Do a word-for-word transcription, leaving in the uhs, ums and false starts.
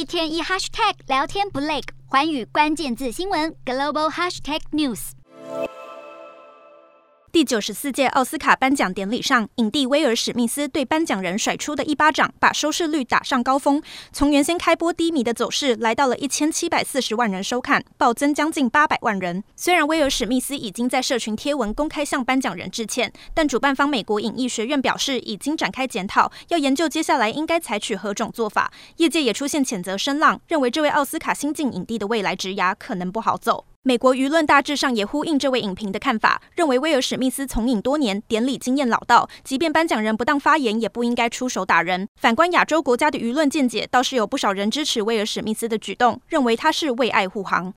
天一 hashtag 聊天不累，寰宇关键字新闻 global hashtag news。 第九十四届奥斯卡颁奖典礼上，影帝威尔史密斯对颁奖人甩出的一巴掌，把收视率打上高峰。从原先开播低迷的走势，来到了一千七百四十万人收看，暴增将近八百万人。虽然威尔史密斯已经在社群贴文公开向颁奖人致歉，但主办方美国影艺学院表示，已经展开检讨，要研究接下来应该采取何种做法。业界也出现谴责声浪，认为这位奥斯卡新晋影帝的未来职涯可能不好走。美国舆论大致上也呼应这位影评的看法，认为威尔史密斯从影多年，典礼经验老道，即便颁奖人不当发言，也不应该出手打人。反观亚洲国家的舆论见解，倒是有不少人支持威尔史密斯的举动，认为他是为爱护航。